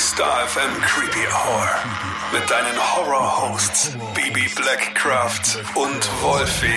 Star FM Creepy Hour mit deinen Horror-Hosts Bibi Blackcraft und Wolfie.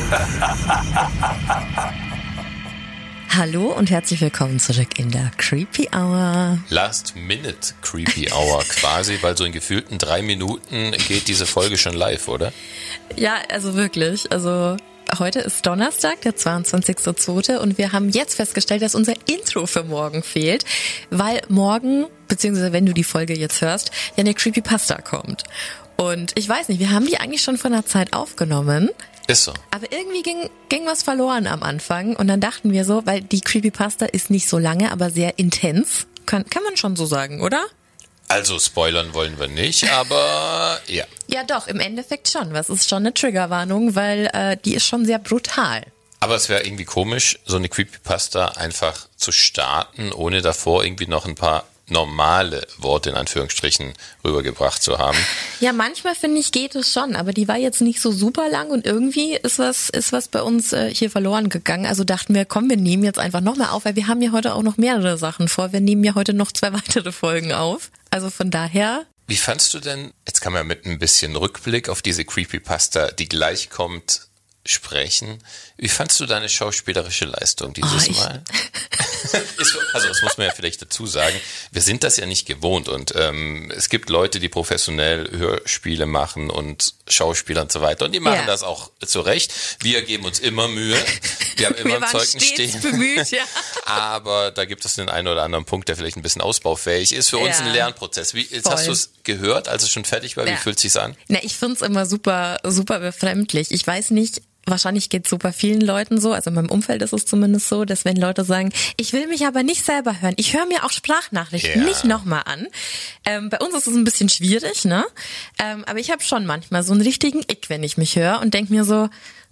Hallo und herzlich willkommen zurück in der Creepy Hour. Last-Minute Creepy Hour quasi, weil so in gefühlten 3 Minuten geht diese Folge schon live, oder? Ja, also wirklich. Also heute ist Donnerstag, der 22.02. und wir haben jetzt festgestellt, dass unser Intro für morgen fehlt, weil morgen, beziehungsweise wenn du die Folge jetzt hörst, ja eine Creepypasta kommt. Und ich weiß nicht, wir haben die eigentlich schon vor einer Zeit aufgenommen. Ist so. Aber irgendwie ging was verloren am Anfang und dann dachten wir so, weil die Creepypasta ist nicht so lange, aber sehr intens. Kann man schon so sagen, oder? Also spoilern wollen wir nicht, aber ja. Ja doch, im Endeffekt schon. Was ist schon eine Triggerwarnung, weil die ist schon sehr brutal. Aber es wäre irgendwie komisch, so eine Creepypasta einfach zu starten, ohne davor irgendwie noch ein paar normale Worte in Anführungsstrichen rübergebracht zu haben. Ja, manchmal finde ich geht es schon, aber die war jetzt nicht so super lang und irgendwie ist was bei uns hier verloren gegangen. Also dachten wir, komm, wir nehmen jetzt einfach nochmal auf, weil wir haben ja heute auch noch mehrere Sachen vor. Wir nehmen ja heute noch 2 weitere Folgen auf. Also von daher. Wie fandst du denn, jetzt kann man mit ein bisschen Rückblick auf diese Creepypasta, die gleich kommt, sprechen. Wie fandst du deine schauspielerische Leistung dieses Mal? Also das muss man ja vielleicht dazu sagen. Wir sind das ja nicht gewohnt und es gibt Leute, die professionell Hörspiele machen und Schauspieler und so weiter und die machen das auch zu Recht. Wir geben uns immer Mühe. Wir haben immer ein Zeugnis stehen. Bemüht, ja. Aber da gibt es den einen oder anderen Punkt, der vielleicht ein bisschen ausbaufähig ist. Für uns ein Lernprozess. Jetzt hast du es gehört, als es schon fertig war. Wie fühlt es sich an? Na, ich finde es immer super, super befremdlich. Ich weiß nicht, wahrscheinlich geht es super vielen Leuten so, also in meinem Umfeld ist es zumindest so, dass wenn Leute sagen, ich will mich aber nicht selber hören, ich höre mir auch Sprachnachrichten nicht nochmal an. Bei uns ist es ein bisschen schwierig, ne? Aber ich habe schon manchmal so einen richtigen Ick, wenn ich mich höre und denke mir so,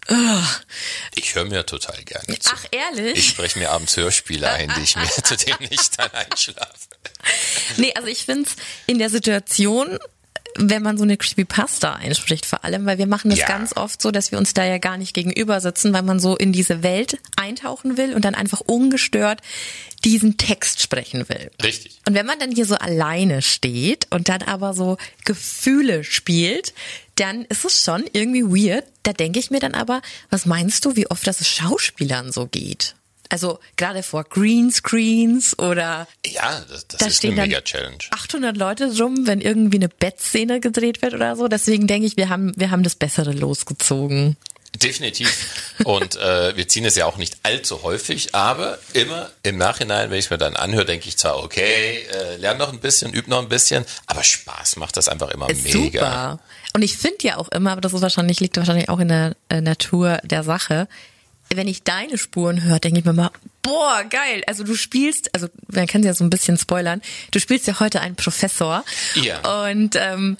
ich höre mir total gerne zu. Ach, ehrlich? Ich spreche mir abends Hörspiele ein, zu denen ich dann einschlafe. Nee, also ich finde es in der Situation, wenn man so eine Creepypasta einspricht, vor allem, weil wir machen das ganz oft so, dass wir uns da ja gar nicht gegenüber sitzen, weil man so in diese Welt eintauchen will und dann einfach ungestört diesen Text sprechen will. Richtig. Und wenn man dann hier so alleine steht und dann aber so Gefühle spielt, dann ist es schon irgendwie weird. Da denke ich mir dann aber, was meinst du, wie oft das Schauspielern so geht? Also gerade vor Greenscreens oder ja, das ist eine Mega-Challenge. 800 Leute rum, wenn irgendwie eine Bettszene gedreht wird oder so. Deswegen denke ich, wir haben das Bessere losgezogen. Definitiv. Und wir ziehen es ja auch nicht allzu häufig, aber immer im Nachhinein, wenn ich es mir dann anhöre, denke ich zwar, okay, lerne noch ein bisschen, übe noch ein bisschen, aber Spaß macht das einfach immer mega. Super. Und ich finde ja auch immer, aber das ist liegt wahrscheinlich auch in der Natur der Sache, wenn ich deine Spuren höre, denke ich mir mal, boah, geil. Also du spielst, also man kann ja so ein bisschen spoilern, du spielst ja heute einen Professor. Ja. Und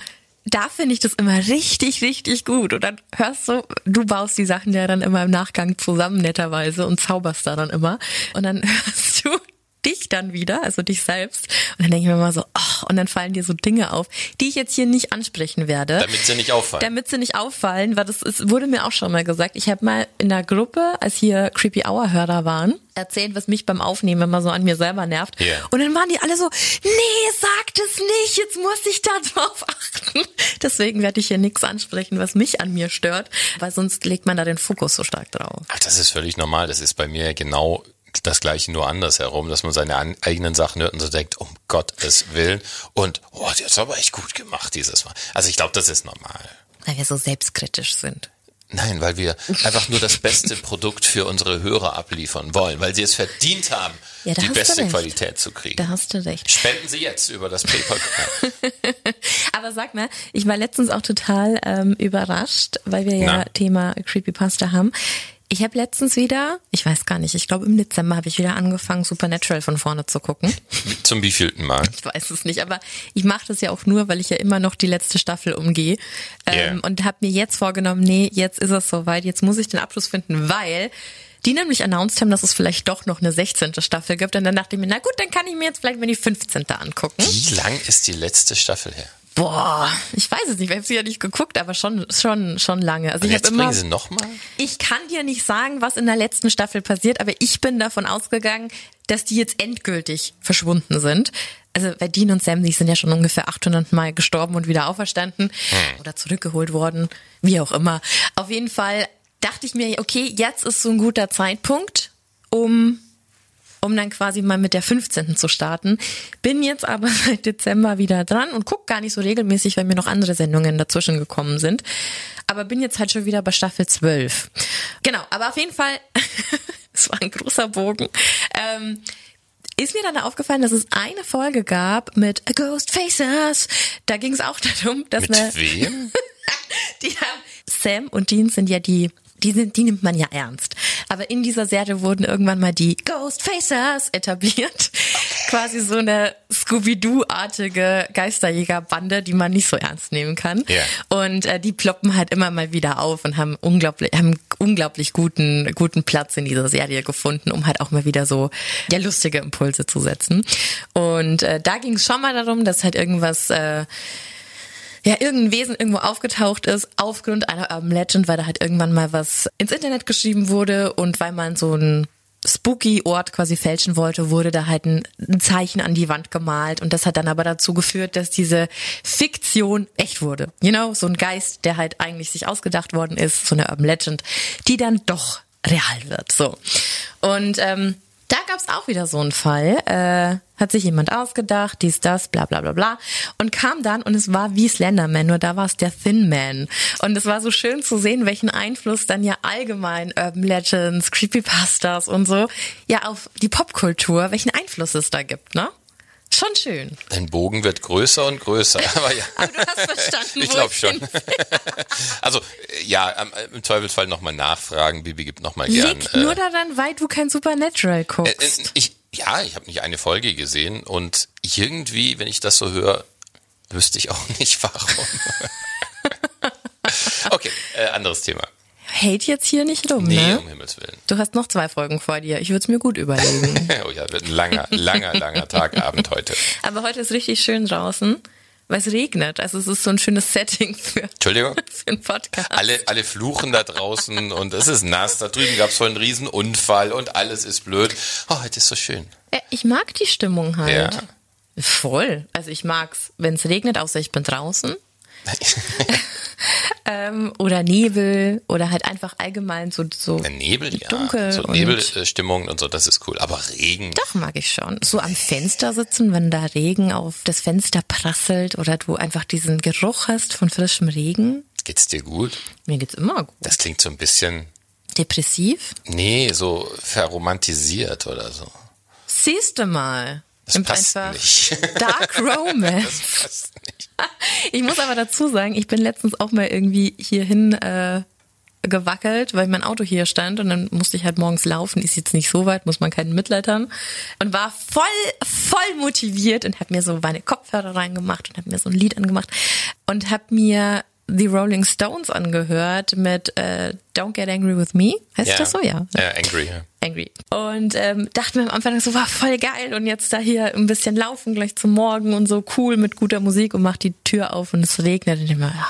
da finde ich das immer richtig, richtig gut. Und dann du baust die Sachen ja dann immer im Nachgang zusammen netterweise und zauberst da dann immer. Und dann hörst du dich dann wieder, also dich selbst. Und dann denke ich mir mal so, und dann fallen dir so Dinge auf, die ich jetzt hier nicht ansprechen werde. Damit sie nicht auffallen. Weil wurde mir auch schon mal gesagt. Ich habe mal in der Gruppe, als hier Creepy Hour-Hörer waren, erzählt, was mich beim Aufnehmen immer so an mir selber nervt. Yeah. Und dann waren die alle so, nee, sag das nicht, jetzt muss ich da drauf achten. Deswegen werde ich hier nichts ansprechen, was mich an mir stört, weil sonst legt man da den Fokus so stark drauf. Ach, das ist völlig normal. Das ist bei mir genau das Gleiche, nur andersherum, dass man seine eigenen Sachen hört und so denkt, um Gottes Willen und die hat's aber echt gut gemacht dieses Mal. Also ich glaube, das ist normal. Weil wir so selbstkritisch sind. Nein, weil wir einfach nur das beste Produkt für unsere Hörer abliefern wollen, weil sie es verdient haben, die beste Qualität zu kriegen. Da hast du recht. Spenden Sie jetzt über das PayPal. Aber sag mal, ich war letztens auch total überrascht, weil wir Thema Creepypasta haben. Ich habe letztens wieder, ich weiß gar nicht, ich glaube im Dezember habe ich wieder angefangen, Supernatural von vorne zu gucken. Zum wievielten Mal? Ich weiß es nicht, aber ich mache das ja auch nur, weil ich ja immer noch die letzte Staffel umgehe. Und habe mir jetzt vorgenommen, nee, jetzt ist es soweit, jetzt muss ich den Abschluss finden, weil die nämlich announced haben, dass es vielleicht doch noch eine 16. Staffel gibt. Und dann dachte ich mir, na gut, dann kann ich mir jetzt vielleicht mal die 15. angucken. Wie lang ist die letzte Staffel her? Boah, ich weiß es nicht, ich habe sie ja nicht geguckt, aber schon lange. Also Und ich jetzt habe immer, bringen sie nochmal? ich kann dir nicht sagen, was in der letzten Staffel passiert, aber ich bin davon ausgegangen, dass die jetzt endgültig verschwunden sind. Also bei Dean und Sam, die sind ja schon ungefähr 800 Mal gestorben und wieder auferstanden oder zurückgeholt worden, wie auch immer. Auf jeden Fall dachte ich mir, okay, jetzt ist so ein guter Zeitpunkt, um dann quasi mal mit der 15. zu starten. Bin jetzt aber seit Dezember wieder dran und guck gar nicht so regelmäßig, weil mir noch andere Sendungen dazwischen gekommen sind. Aber bin jetzt halt schon wieder bei Staffel 12. Genau, aber auf jeden Fall, es war ein großer Bogen, ist mir dann aufgefallen, dass es eine Folge gab mit A Ghost Faces. Da ging es auch darum, dass Mit wem? die haben, Sam und Dean sind ja die nimmt man ja ernst. Aber in dieser Serie wurden irgendwann mal die Ghostfacers etabliert. Quasi so eine Scooby-Doo-artige Geisterjägerbande, die man nicht so ernst nehmen kann. Yeah. Und die ploppen halt immer mal wieder auf und haben unglaublich guten Platz in dieser Serie gefunden, um halt auch mal wieder so lustige Impulse zu setzen. Und da ging es schon mal darum, dass halt irgendwas irgendein Wesen irgendwo aufgetaucht ist, aufgrund einer Urban Legend, weil da halt irgendwann mal was ins Internet geschrieben wurde und weil man so einen spooky Ort quasi fälschen wollte, wurde da halt ein Zeichen an die Wand gemalt und das hat dann aber dazu geführt, dass diese Fiktion echt wurde. So ein Geist, der halt eigentlich sich ausgedacht worden ist, so eine Urban Legend, die dann doch real wird. So. Und da gab's auch wieder so einen Fall, hat sich jemand ausgedacht, dies, das, bla bla bla bla und kam dann und es war wie Slenderman, nur da war es der Thin Man und es war so schön zu sehen, welchen Einfluss dann ja allgemein Urban Legends, Creepypastas und so auf die Popkultur, welchen Einfluss es da gibt, ne? Schon schön. Dein Bogen wird größer und größer. Aber ja. Aber du hast verstanden, ich glaube schon. Also im Zweifelsfall nochmal nachfragen. Bibi gibt nochmal gern. Liegt nur daran, weil du kein Supernatural guckst. Ich habe nicht eine Folge gesehen und irgendwie, wenn ich das so höre, wüsste ich auch nicht warum. Okay, anderes Thema. Hate jetzt hier nicht rum, nee, ne? Um Himmels Willen. Du hast noch 2 Folgen vor dir. Ich würde es mir gut überlegen. Oh ja, wird ein langer Tagabend heute. Aber heute ist richtig schön draußen, weil es regnet. Also es ist so ein schönes Setting für einen Podcast. Alle fluchen da draußen und es ist nass. Da drüben gab es voll einen riesen Unfall und alles ist blöd. Oh, heute ist so schön. Ich mag die Stimmung halt. Ja. Voll. Also ich mag's, wenn es regnet, außer ich bin draußen. Oder Nebel oder halt einfach allgemein so Nebel, dunkel. So Nebelstimmung und so, das ist cool. Aber Regen. Doch, mag ich schon. So am Fenster sitzen, wenn da Regen auf das Fenster prasselt oder du einfach diesen Geruch hast von frischem Regen. Geht's dir gut? Mir geht's immer gut. Das klingt so ein bisschen... Depressiv? Nee, so verromantisiert oder so. Siehst du mal. Das passt nicht. Dark Romance. Das passt nicht. Ich muss aber dazu sagen, ich bin letztens auch mal irgendwie hierhin gewackelt, weil mein Auto hier stand und dann musste ich halt morgens laufen. Ist jetzt nicht so weit, muss man keinen Mitleid haben. Und war voll motiviert und habe mir so meine Kopfhörer reingemacht und habe mir so ein Lied angemacht und habe mir The Rolling Stones angehört mit Don't Get Angry With Me. Heißt das so? Ja. Angry, ja. Angry. Und dachte mir am Anfang so, war voll geil und jetzt da hier ein bisschen laufen gleich zum Morgen und so cool mit guter Musik und mach die Tür auf und es regnet und immer.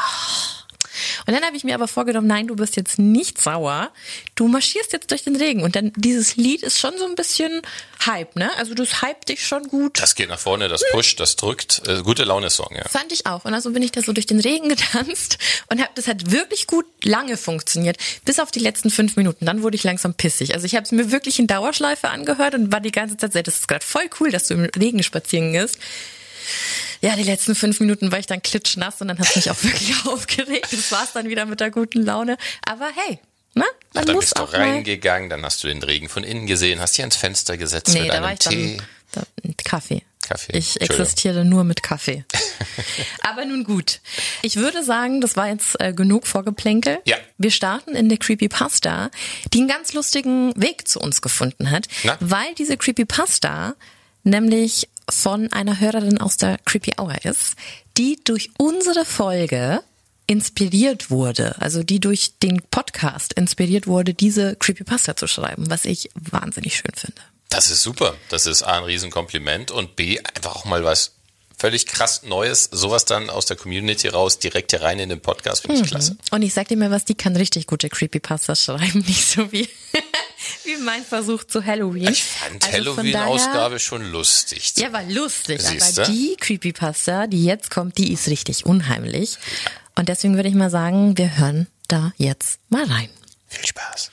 Und dann habe ich mir aber vorgenommen, nein, du bist jetzt nicht sauer, du marschierst jetzt durch den Regen und dann dieses Lied ist schon so ein bisschen Hype, ne? Also das hypt dich schon gut. Das geht nach vorne, das pusht, das drückt. Gute Laune-Song, ja. Fand ich auch. Und also bin ich da so durch den Regen getanzt und das hat wirklich gut lange funktioniert, bis auf die letzten 5 Minuten. Dann wurde ich langsam pissig. Also ich habe es mir wirklich in Dauerschleife angehört und war die ganze Zeit so, das ist gerade voll cool, dass du im Regen spazieren gehst. Ja, die letzten 5 Minuten war ich dann klitschnass und dann hat es mich auch wirklich aufgeregt. Das war's dann wieder mit der guten Laune. Aber hey, ne? Man dann muss bist du auch reingegangen, dann hast du den Regen von innen gesehen, hast dich ans Fenster gesetzt mit einem Tee. Kaffee. Kaffee. Ich existiere nur mit Kaffee. Aber nun gut. Ich würde sagen, das war jetzt genug Vorgeplänkel. Ja. Wir starten in der Creepypasta, die einen ganz lustigen Weg zu uns gefunden hat. Na? Weil diese Creepypasta nämlich von einer Hörerin aus der Creepy Hour ist, die durch unsere Folge inspiriert wurde, also die durch den Podcast inspiriert wurde, diese Creepypasta zu schreiben, was ich wahnsinnig schön finde. Das ist super. Das ist A, ein Riesenkompliment und B, einfach auch mal was völlig krass Neues, sowas dann aus der Community raus, direkt hier rein in den Podcast, finde ich klasse. Und ich sag dir mal was, die kann richtig gute Creepypastas schreiben, nicht so wie mein Versuch zu Halloween. Ich fand Halloween-Ausgabe schon lustig. Ja, war lustig, Siehste? aber die Creepypasta, die jetzt kommt, die ist richtig unheimlich. Und deswegen würde ich mal sagen, wir hören da jetzt mal rein. Viel Spaß.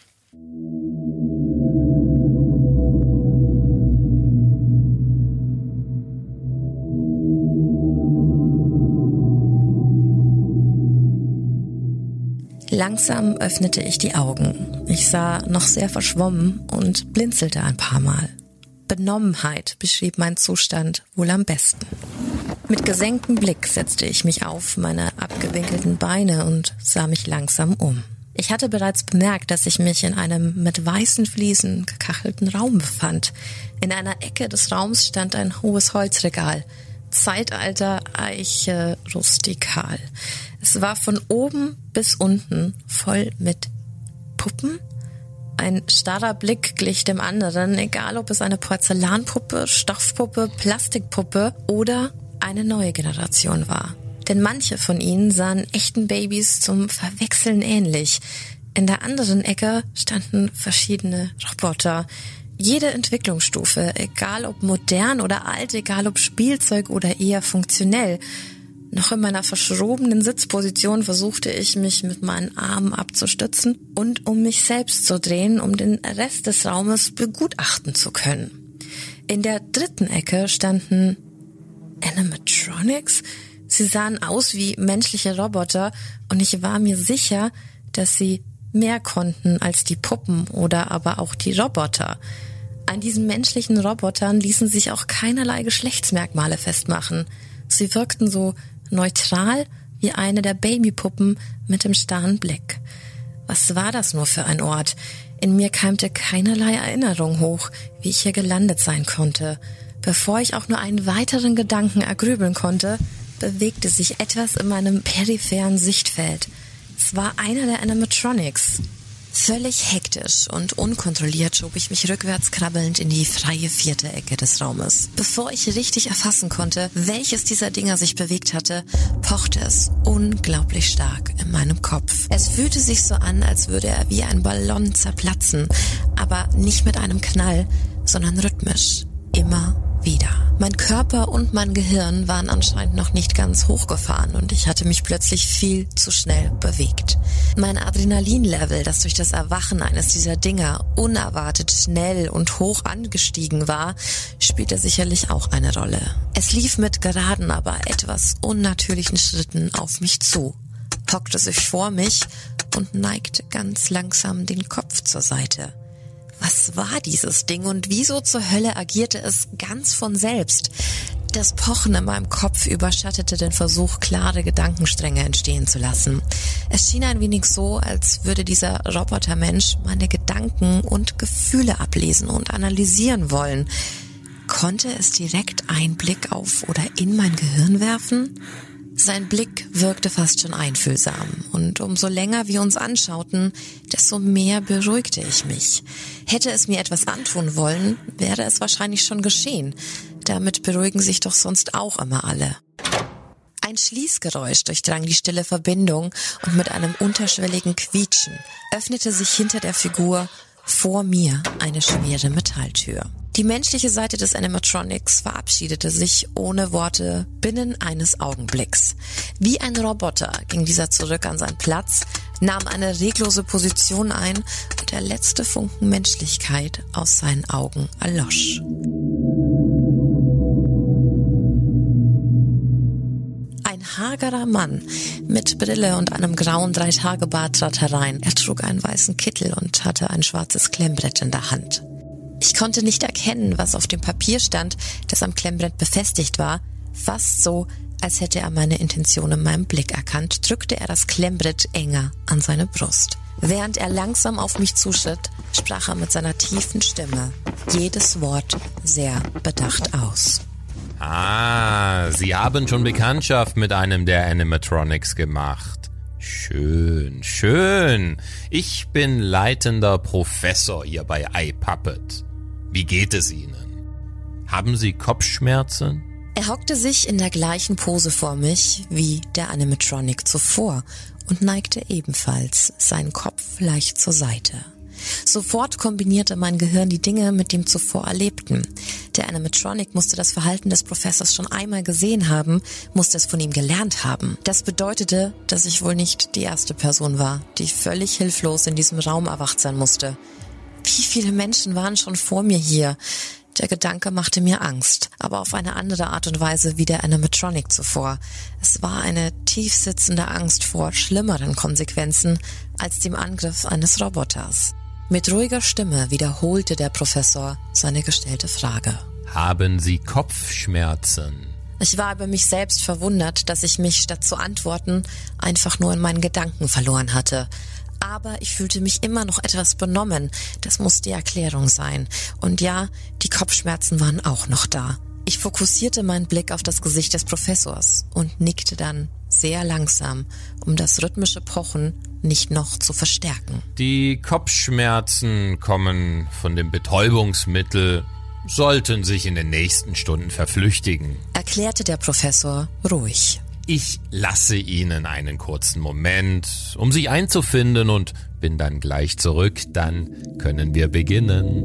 Langsam öffnete ich die Augen. Ich sah noch sehr verschwommen und blinzelte ein paar Mal. Benommenheit beschrieb meinen Zustand wohl am besten. Mit gesenktem Blick setzte ich mich auf meine abgewinkelten Beine und sah mich langsam um. Ich hatte bereits bemerkt, dass ich mich in einem mit weißen Fliesen gekachelten Raum befand. In einer Ecke des Raums stand ein hohes Holzregal. Zeitalter, Eiche, rustikal. Es war von oben bis unten voll mit Puppen. Ein starrer Blick glich dem anderen, egal ob es eine Porzellanpuppe, Stoffpuppe, Plastikpuppe oder eine neue Generation war. Denn manche von ihnen sahen echten Babys zum Verwechseln ähnlich. In der anderen Ecke standen verschiedene Roboter. Jede Entwicklungsstufe, egal ob modern oder alt, egal ob Spielzeug oder eher funktionell. Noch in meiner verschrobenen Sitzposition versuchte ich, mich mit meinen Armen abzustützen und um mich selbst zu drehen, um den Rest des Raumes begutachten zu können. In der dritten Ecke standen Animatronics. Sie sahen aus wie menschliche Roboter und ich war mir sicher, dass sie mehr konnten als die Puppen oder aber auch die Roboter. An diesen menschlichen Robotern ließen sich auch keinerlei Geschlechtsmerkmale festmachen. Sie wirkten so neutral wie eine der Babypuppen mit dem starren Blick. Was war das nur für ein Ort? In mir keimte keinerlei Erinnerung hoch, wie ich hier gelandet sein konnte. Bevor ich auch nur einen weiteren Gedanken ergrübeln konnte, bewegte sich etwas in meinem peripheren Sichtfeld. Es war einer der Animatronics. Völlig hektisch und unkontrolliert schob ich mich rückwärts krabbelnd in die freie vierte Ecke des Raumes. Bevor ich richtig erfassen konnte, welches dieser Dinger sich bewegt hatte, pochte es unglaublich stark in meinem Kopf. Es fühlte sich so an, als würde er wie ein Ballon zerplatzen, aber nicht mit einem Knall, sondern rhythmisch, immer wieder. Mein Körper und mein Gehirn waren anscheinend noch nicht ganz hochgefahren und ich hatte mich plötzlich viel zu schnell bewegt. Mein Adrenalinlevel, das durch das Erwachen eines dieser Dinger unerwartet schnell und hoch angestiegen war, spielte sicherlich auch eine Rolle. Es lief mit geraden, aber etwas unnatürlichen Schritten auf mich zu, hockte sich vor mich und neigte ganz langsam den Kopf zur Seite. Was war dieses Ding und wieso zur Hölle agierte es ganz von selbst? Das Pochen in meinem Kopf überschattete den Versuch, klare Gedankenstränge entstehen zu lassen. Es schien ein wenig so, als würde dieser Robotermensch meine Gedanken und Gefühle ablesen und analysieren wollen. Konnte es direkt Einblick auf oder in mein Gehirn werfen? Sein Blick wirkte fast schon einfühlsam und umso länger wir uns anschauten, desto mehr beruhigte ich mich. Hätte es mir etwas antun wollen, wäre es wahrscheinlich schon geschehen. Damit beruhigen sich doch sonst auch immer alle. Ein Schließgeräusch durchdrang die stille Verbindung und mit einem unterschwelligen Quietschen öffnete sich hinter der Figur vor mir eine schwere Metalltür. Die menschliche Seite des Animatronics verabschiedete sich ohne Worte binnen eines Augenblicks. Wie ein Roboter ging dieser zurück an seinen Platz, nahm eine reglose Position ein und der letzte Funken Menschlichkeit aus seinen Augen erlosch. Ein hagerer Mann mit Brille und einem grauen 3-Tage-Bart trat herein. Er trug einen weißen Kittel und hatte ein schwarzes Klemmbrett in der Hand. Ich konnte nicht erkennen, was auf dem Papier stand, das am Klemmbrett befestigt war. Fast so, als hätte er meine Intention in meinem Blick erkannt, drückte er das Klemmbrett enger an seine Brust. Während er langsam auf mich zuschritt, sprach er mit seiner tiefen Stimme jedes Wort sehr bedacht aus. Ah, Sie haben schon Bekanntschaft mit einem der Animatronics gemacht. Schön, schön. Ich bin leitender Professor hier bei iPuppet. Wie geht es Ihnen? Haben Sie Kopfschmerzen? Er hockte sich in der gleichen Pose vor mich wie der Animatronic zuvor und neigte ebenfalls seinen Kopf leicht zur Seite. Sofort kombinierte mein Gehirn die Dinge mit dem zuvor Erlebten. Der Animatronic musste das Verhalten des Professors schon einmal gesehen haben, musste es von ihm gelernt haben. Das bedeutete, dass ich wohl nicht die erste Person war, die völlig hilflos in diesem Raum erwacht sein musste. Wie viele Menschen waren schon vor mir hier? Der Gedanke machte mir Angst, aber auf eine andere Art und Weise wie der Animatronic zuvor. Es war eine tiefsitzende Angst vor schlimmeren Konsequenzen als dem Angriff eines Roboters. Mit ruhiger Stimme wiederholte der Professor seine gestellte Frage. Haben Sie Kopfschmerzen? Ich war über mich selbst verwundert, dass ich mich statt zu antworten einfach nur in meinen Gedanken verloren hatte. Aber ich fühlte mich immer noch etwas benommen. Das muss die Erklärung sein. Und ja, die Kopfschmerzen waren auch noch da. Ich fokussierte meinen Blick auf das Gesicht des Professors und nickte dann sehr langsam, um das rhythmische Pochen nicht noch zu verstärken. Die Kopfschmerzen kommen von dem Betäubungsmittel, sollten sich in den nächsten Stunden verflüchtigen, erklärte der Professor ruhig. Ich lasse Ihnen einen kurzen Moment, um sich einzufinden und bin dann gleich zurück. Dann können wir beginnen.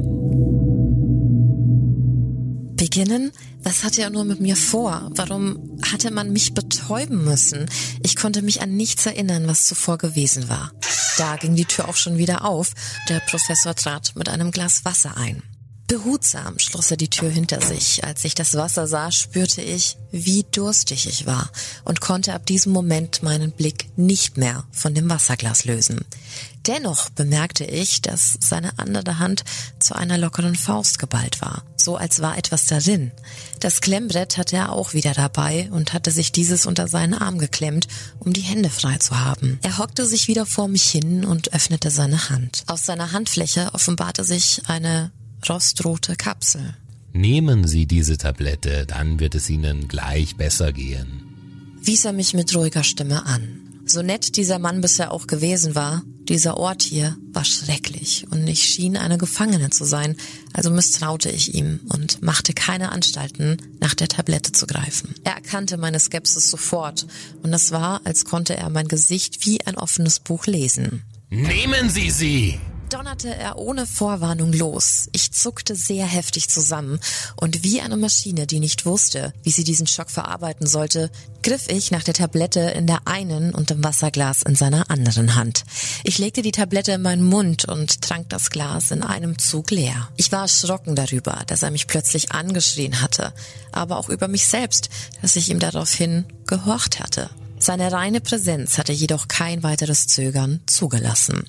Beginnen? Was hatte er nur mit mir vor? Warum hatte man mich betäuben müssen? Ich konnte mich an nichts erinnern, was zuvor gewesen war. Da ging die Tür auch schon wieder auf. Der Professor trat mit einem Glas Wasser ein. Behutsam schloss er die Tür hinter sich. Als ich das Wasser sah, spürte ich, wie durstig ich war und konnte ab diesem Moment meinen Blick nicht mehr von dem Wasserglas lösen. Dennoch bemerkte ich, dass seine andere Hand zu einer lockeren Faust geballt war, so als war etwas darin. Das Klemmbrett hatte er auch wieder dabei und hatte sich dieses unter seinen Arm geklemmt, um die Hände frei zu haben. Er hockte sich wieder vor mich hin und öffnete seine Hand. Aus seiner Handfläche offenbarte sich eine rostrote Kapsel. Nehmen Sie diese Tablette, dann wird es Ihnen gleich besser gehen, wies er mich mit ruhiger Stimme an. So nett dieser Mann bisher auch gewesen war, dieser Ort hier war schrecklich und ich schien eine Gefangene zu sein, also misstraute ich ihm und machte keine Anstalten, nach der Tablette zu greifen. Er erkannte meine Skepsis sofort und es war, als konnte er mein Gesicht wie ein offenes Buch lesen. Nehmen Sie sie! Donnerte er ohne Vorwarnung los. Ich zuckte sehr heftig zusammen und wie eine Maschine, die nicht wusste, wie sie diesen Schock verarbeiten sollte, griff ich nach der Tablette in der einen und dem Wasserglas in seiner anderen Hand. Ich legte die Tablette in meinen Mund und trank das Glas in einem Zug leer. Ich war erschrocken darüber, dass er mich plötzlich angeschrien hatte, aber auch über mich selbst, dass ich ihm daraufhin gehorcht hatte. Seine reine Präsenz hatte jedoch kein weiteres Zögern zugelassen.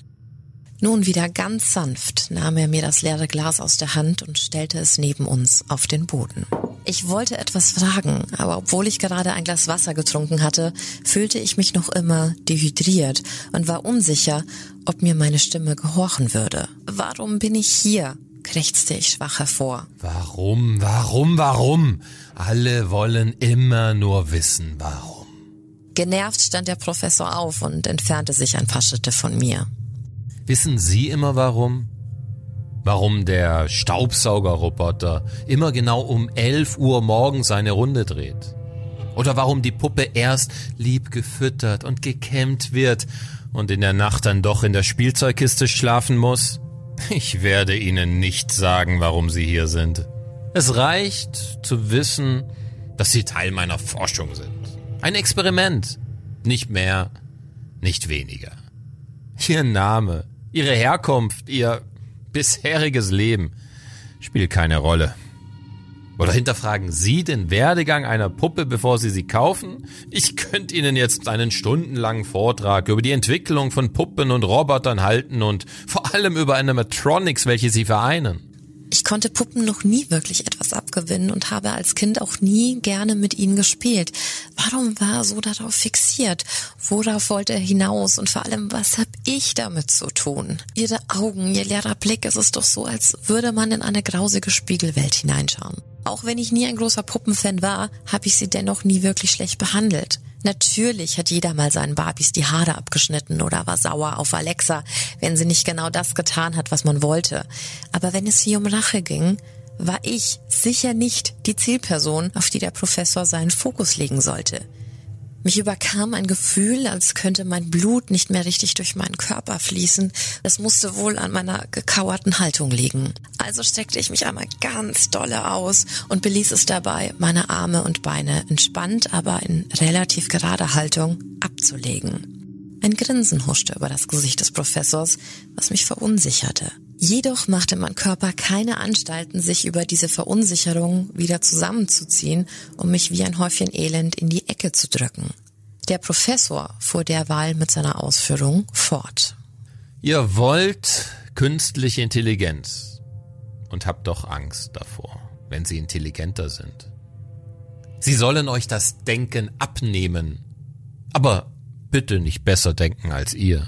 Nun wieder ganz sanft nahm er mir das leere Glas aus der Hand und stellte es neben uns auf den Boden. Ich wollte etwas fragen, aber obwohl ich gerade ein Glas Wasser getrunken hatte, fühlte ich mich noch immer dehydriert und war unsicher, ob mir meine Stimme gehorchen würde. Warum bin ich hier? Krächzte ich schwach hervor. Warum? Alle wollen immer nur wissen, warum. Genervt stand der Professor auf und entfernte sich ein paar Schritte von mir. Wissen Sie immer warum? Warum der Staubsaugerroboter immer genau um 11 Uhr morgens seine Runde dreht? Oder warum die Puppe erst lieb gefüttert und gekämmt wird und in der Nacht dann doch in der Spielzeugkiste schlafen muss? Ich werde Ihnen nicht sagen, warum Sie hier sind. Es reicht zu wissen, dass Sie Teil meiner Forschung sind. Ein Experiment. Nicht mehr, nicht weniger. Ihr Name, Ihre Herkunft, Ihr bisheriges Leben spielt keine Rolle. Oder hinterfragen Sie den Werdegang einer Puppe, bevor Sie sie kaufen? Ich könnte Ihnen jetzt einen stundenlangen Vortrag über die Entwicklung von Puppen und Robotern halten und vor allem über Animatronics, welche sie vereinen. Ich konnte Puppen noch nie wirklich etwas abgewinnen und habe als Kind auch nie gerne mit ihnen gespielt. Warum war er so darauf fixiert? Worauf wollte er hinaus? Und vor allem, was habe ich damit zu tun? Ihre Augen, ihr leerer Blick, es ist doch so, als würde man in eine grausige Spiegelwelt hineinschauen. Auch wenn ich nie ein großer Puppenfan war, habe ich sie dennoch nie wirklich schlecht behandelt. Natürlich hat jeder mal seinen Barbies die Haare abgeschnitten oder war sauer auf Alexa, wenn sie nicht genau das getan hat, was man wollte. Aber wenn es hier um Rache ging, war ich sicher nicht die Zielperson, auf die der Professor seinen Fokus legen sollte. Mich überkam ein Gefühl, als könnte mein Blut nicht mehr richtig durch meinen Körper fließen. Das musste wohl an meiner gekauerten Haltung liegen. Also streckte ich mich einmal ganz dolle aus und beließ es dabei, meine Arme und Beine entspannt, aber in relativ gerader Haltung abzulegen. Ein Grinsen huschte über das Gesicht des Professors, was mich verunsicherte. Jedoch machte mein Körper keine Anstalten, sich über diese Verunsicherung wieder zusammenzuziehen, um mich wie ein Häufchen Elend in die Ecke zu drücken. Der Professor fuhr derweil mit seiner Ausführung fort. Ihr wollt künstliche Intelligenz und habt doch Angst davor, wenn sie intelligenter sind. Sie sollen euch das Denken abnehmen, aber bitte nicht besser denken als ihr.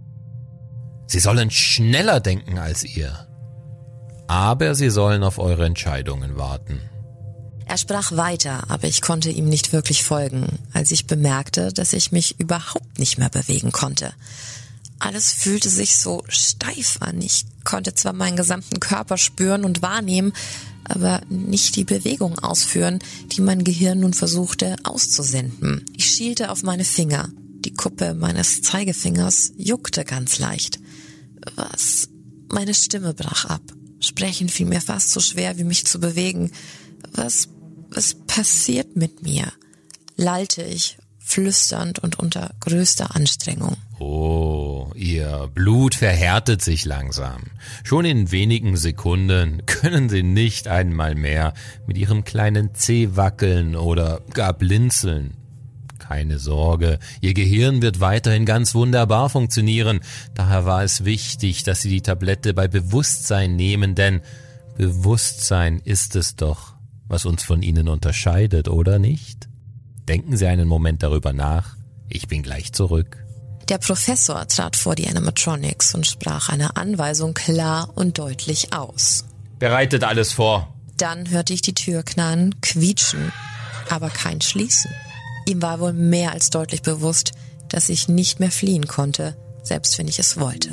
Sie sollen schneller denken als ihr, aber sie sollen auf eure Entscheidungen warten. Er sprach weiter, aber ich konnte ihm nicht wirklich folgen, als ich bemerkte, dass ich mich überhaupt nicht mehr bewegen konnte. Alles fühlte sich so steif an. Ich konnte zwar meinen gesamten Körper spüren und wahrnehmen, aber nicht die Bewegung ausführen, die mein Gehirn nun versuchte auszusenden. Ich schielte auf meine Finger. Die Kuppe meines Zeigefingers juckte ganz leicht. Was? Meine Stimme brach ab. Sprechen fiel mir fast so schwer, wie mich zu bewegen. Was passiert mit mir? Lallte ich, flüsternd und unter größter Anstrengung. Oh, ihr Blut verhärtet sich langsam. Schon in wenigen Sekunden können Sie nicht einmal mehr mit Ihrem kleinen Zeh wackeln oder gar blinzeln. Keine Sorge, Ihr Gehirn wird weiterhin ganz wunderbar funktionieren. Daher war es wichtig, dass Sie die Tablette bei Bewusstsein nehmen, denn Bewusstsein ist es doch, was uns von Ihnen unterscheidet, oder nicht? Denken Sie einen Moment darüber nach. Ich bin gleich zurück. Der Professor trat vor die Animatronics und sprach eine Anweisung klar und deutlich aus. Bereitet alles vor. Dann hörte ich die Tür knarren, quietschen, aber kein Schließen. Ihm war wohl mehr als deutlich bewusst, dass ich nicht mehr fliehen konnte, selbst wenn ich es wollte.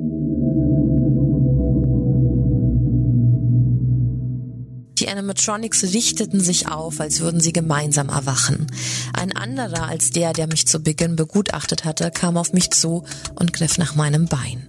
Die Animatronics richteten sich auf, als würden sie gemeinsam erwachen. Ein anderer als der mich zu Beginn begutachtet hatte, kam auf mich zu und griff nach meinem Bein.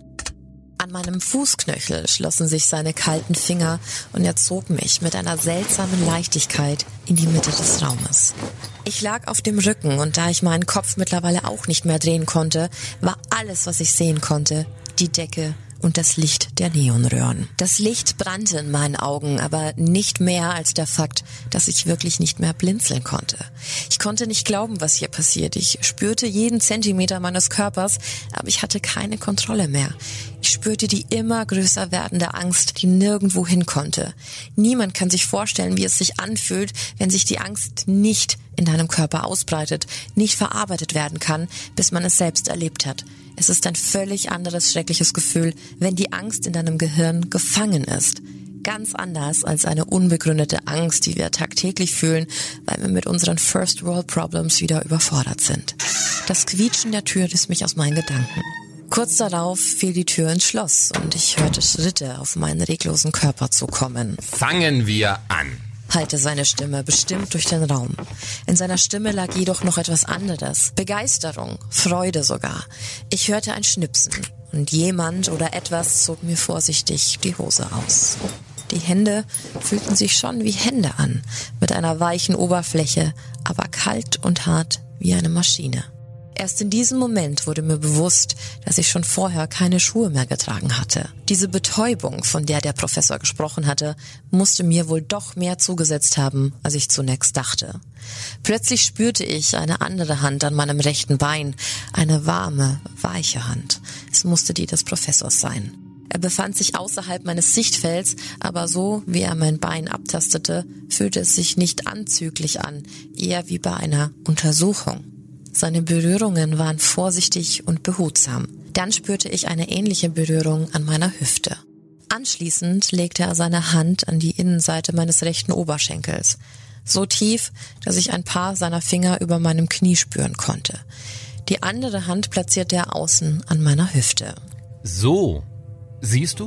An meinem Fußknöchel schlossen sich seine kalten Finger und er zog mich mit einer seltsamen Leichtigkeit in die Mitte des Raumes. Ich lag auf dem Rücken und da ich meinen Kopf mittlerweile auch nicht mehr drehen konnte, war alles, was ich sehen konnte, die Decke und das Licht der Neonröhren. Das Licht brannte in meinen Augen, aber nicht mehr als der Fakt, dass ich wirklich nicht mehr blinzeln konnte. Ich konnte nicht glauben, was hier passiert. Ich spürte jeden Zentimeter meines Körpers, aber ich hatte keine Kontrolle mehr. Ich spürte die immer größer werdende Angst, die nirgendwo hin konnte. Niemand kann sich vorstellen, wie es sich anfühlt, wenn sich die Angst nicht in deinem Körper ausbreitet, nicht verarbeitet werden kann, bis man es selbst erlebt hat. Es ist ein völlig anderes schreckliches Gefühl, wenn die Angst in deinem Gehirn gefangen ist. Ganz anders als eine unbegründete Angst, die wir tagtäglich fühlen, weil wir mit unseren First World Problems wieder überfordert sind. Das Quietschen der Tür riss mich aus meinen Gedanken. Kurz darauf fiel die Tür ins Schloss und ich hörte Schritte auf meinen reglosen Körper zukommen. Fangen wir an, hallte seine Stimme bestimmt durch den Raum. In seiner Stimme lag jedoch noch etwas anderes. Begeisterung, Freude sogar. Ich hörte ein Schnipsen und jemand oder etwas zog mir vorsichtig die Hose aus. Die Hände fühlten sich schon wie Hände an, mit einer weichen Oberfläche, aber kalt und hart wie eine Maschine. Erst in diesem Moment wurde mir bewusst, dass ich schon vorher keine Schuhe mehr getragen hatte. Diese Betäubung, von der der Professor gesprochen hatte, musste mir wohl doch mehr zugesetzt haben, als ich zunächst dachte. Plötzlich spürte ich eine andere Hand an meinem rechten Bein, eine warme, weiche Hand. Es musste die des Professors sein. Er befand sich außerhalb meines Sichtfelds, aber so, wie er mein Bein abtastete, fühlte es sich nicht anzüglich an, eher wie bei einer Untersuchung. Seine Berührungen waren vorsichtig und behutsam. Dann spürte ich eine ähnliche Berührung an meiner Hüfte. Anschließend legte er seine Hand an die Innenseite meines rechten Oberschenkels. So tief, dass ich ein paar seiner Finger über meinem Knie spüren konnte. Die andere Hand platzierte er außen an meiner Hüfte. So, siehst du?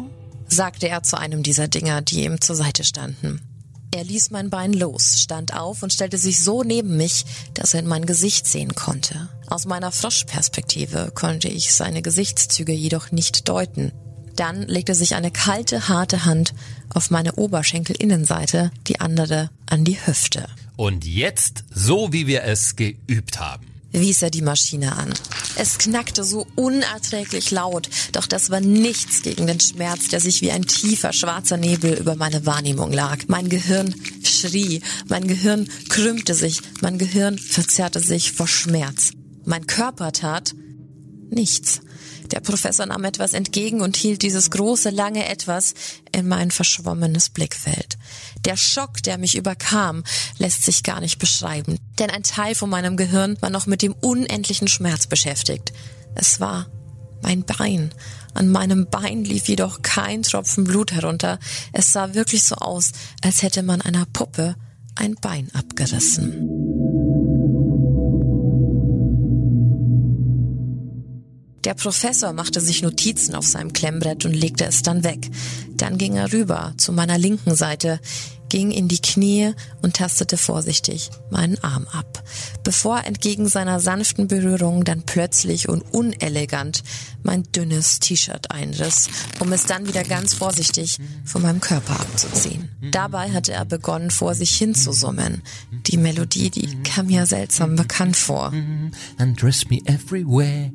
sagte er zu einem dieser Dinger, die ihm zur Seite standen. Er ließ mein Bein los, stand auf und stellte sich so neben mich, dass er in mein Gesicht sehen konnte. Aus meiner Froschperspektive konnte ich seine Gesichtszüge jedoch nicht deuten. Dann legte sich eine kalte, harte Hand auf meine Oberschenkelinnenseite, die andere an die Hüfte. Und jetzt, so wie wir es geübt haben, wies er die Maschine an. Es knackte so unerträglich laut, doch das war nichts gegen den Schmerz, der sich wie ein tiefer, schwarzer Nebel über meine Wahrnehmung lag. Mein Gehirn schrie, mein Gehirn krümmte sich, mein Gehirn verzerrte sich vor Schmerz. Mein Körper tat nichts. Der Professor nahm etwas entgegen und hielt dieses große, lange Etwas in mein verschwommenes Blickfeld. Der Schock, der mich überkam, lässt sich gar nicht beschreiben, denn ein Teil von meinem Gehirn war noch mit dem unendlichen Schmerz beschäftigt. Es war mein Bein. An meinem Bein lief jedoch kein Tropfen Blut herunter. Es sah wirklich so aus, als hätte man einer Puppe ein Bein abgerissen. Der Professor machte sich Notizen auf seinem Klemmbrett und legte es dann weg. Dann ging er rüber zu meiner linken Seite, ging in die Knie und tastete vorsichtig meinen Arm ab, bevor er entgegen seiner sanften Berührung dann plötzlich und unelegant mein dünnes T-Shirt einriss, um es dann wieder ganz vorsichtig von meinem Körper abzuziehen. Dabei hatte er begonnen, vor sich hin zu summen. Die Melodie, die kam mir seltsam bekannt vor. Undress me everywhere.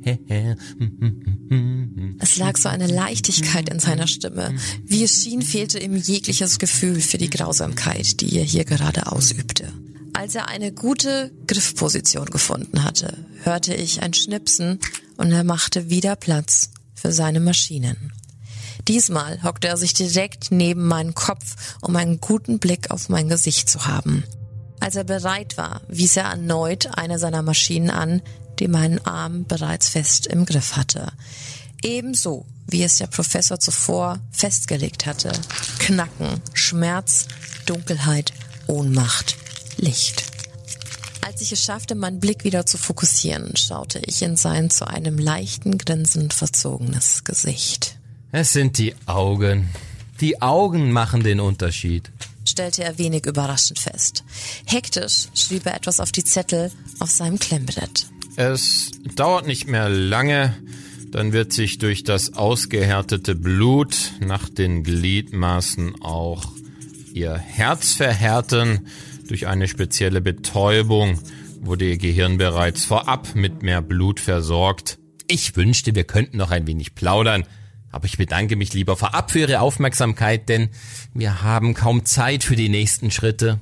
Es lag so eine Leichtigkeit in seiner Stimme. Wie es schien, fehlte ihm jegliches Gefühl für die Grausamkeit, die er hier gerade ausübte. Als er eine gute Griffposition gefunden hatte, hörte ich ein Schnipsen und er machte wieder Platz für seine Maschinen. Diesmal hockte er sich direkt neben meinen Kopf, um einen guten Blick auf mein Gesicht zu haben. Als er bereit war, wies er erneut eine seiner Maschinen an, die meinen Arm bereits fest im Griff hatte. Ebenso, wie es der Professor zuvor festgelegt hatte. Knacken, Schmerz, Dunkelheit, Ohnmacht, Licht. Als ich es schaffte, meinen Blick wieder zu fokussieren, schaute ich in sein zu einem leichten Grinsen verzogenes Gesicht. Es sind die Augen. Die Augen machen den Unterschied, stellte er wenig überraschend fest. Hektisch schrieb er etwas auf die Zettel auf seinem Klemmbrett. Es dauert nicht mehr lange, dann wird sich durch das ausgehärtete Blut nach den Gliedmaßen auch ihr Herz verhärten. Durch eine spezielle Betäubung wurde ihr Gehirn bereits vorab mit mehr Blut versorgt. Ich wünschte, wir könnten noch ein wenig plaudern, aber ich bedanke mich lieber vorab für Ihre Aufmerksamkeit, denn wir haben kaum Zeit für die nächsten Schritte.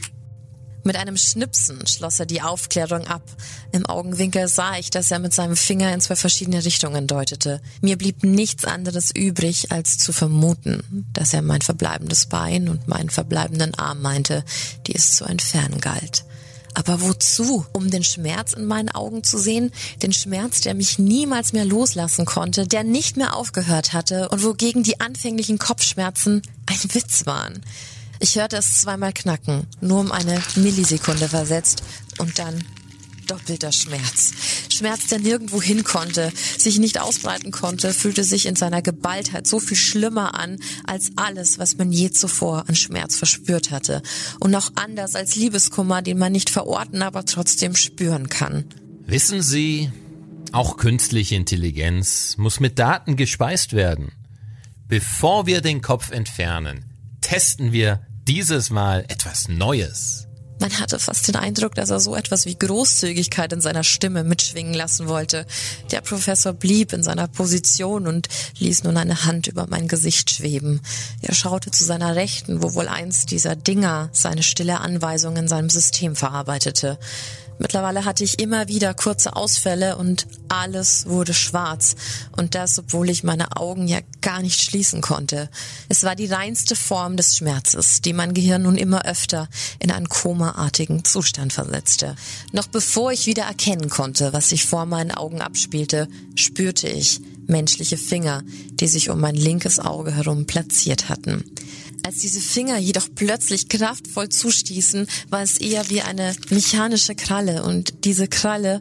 Mit einem Schnipsen schloss er die Aufklärung ab. Im Augenwinkel sah ich, dass er mit seinem Finger in 2 verschiedene Richtungen deutete. Mir blieb nichts anderes übrig, als zu vermuten, dass er mein verbleibendes Bein und meinen verbleibenden Arm meinte, die es zu entfernen galt. Aber wozu? Um den Schmerz in meinen Augen zu sehen? Den Schmerz, der mich niemals mehr loslassen konnte, der nicht mehr aufgehört hatte und wogegen die anfänglichen Kopfschmerzen ein Witz waren. Ich hörte es 2-mal knacken, nur um eine Millisekunde versetzt und dann doppelter Schmerz. Schmerz, der nirgendwo hin konnte, sich nicht ausbreiten konnte, fühlte sich in seiner Geballtheit so viel schlimmer an als alles, was man je zuvor an Schmerz verspürt hatte. Und auch anders als Liebeskummer, den man nicht verorten, aber trotzdem spüren kann. Wissen Sie, auch künstliche Intelligenz muss mit Daten gespeist werden. Bevor wir den Kopf entfernen, testen wir dieses Mal etwas Neues. Man hatte fast den Eindruck, dass er so etwas wie Großzügigkeit in seiner Stimme mitschwingen lassen wollte. Der Professor blieb in seiner Position und ließ nun eine Hand über mein Gesicht schweben. Er schaute zu seiner Rechten, wo wohl eins dieser Dinger seine stille Anweisung in seinem System verarbeitete. Mittlerweile hatte ich immer wieder kurze Ausfälle und alles wurde schwarz. Und das, obwohl ich meine Augen ja gar nicht schließen konnte. Es war die reinste Form des Schmerzes, die mein Gehirn nun immer öfter in einen komaartigen Zustand versetzte. Noch bevor ich wieder erkennen konnte, was sich vor meinen Augen abspielte, spürte ich menschliche Finger, die sich um mein linkes Auge herum platziert hatten. Als diese Finger jedoch plötzlich kraftvoll zustießen, war es eher wie eine mechanische Kralle und diese Kralle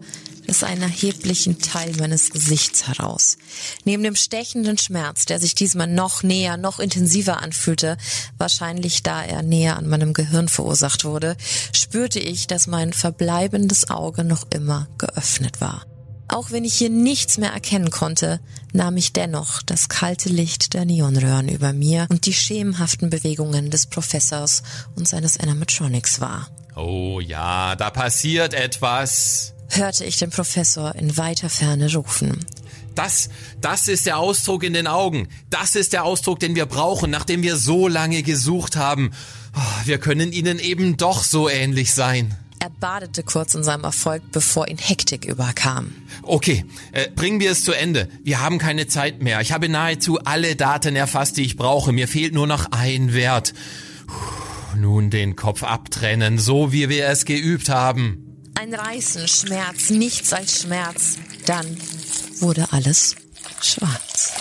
aus einem erheblichen Teil meines Gesichts heraus. Neben dem stechenden Schmerz, der sich diesmal noch näher, noch intensiver anfühlte, wahrscheinlich da er näher an meinem Gehirn verursacht wurde, spürte ich, dass mein verbleibendes Auge noch immer geöffnet war. Auch wenn ich hier nichts mehr erkennen konnte, nahm ich dennoch das kalte Licht der Neonröhren über mir und die schemenhaften Bewegungen des Professors und seines Animatronics wahr. Oh ja, da passiert etwas, hörte ich den Professor in weiter Ferne rufen. Das ist der Ausdruck in den Augen. Das ist der Ausdruck, den wir brauchen, nachdem wir so lange gesucht haben. Oh, wir können ihnen eben doch so ähnlich sein. Er badete kurz in seinem Erfolg, bevor ihn Hektik überkam. Okay, bringen wir es zu Ende. Wir haben keine Zeit mehr. Ich habe nahezu alle Daten erfasst, die ich brauche. Mir fehlt nur noch ein Wert. Nun den Kopf abtrennen, so wie wir es geübt haben. Ein Reißen, Schmerz, nichts als Schmerz. Dann wurde alles schwarz.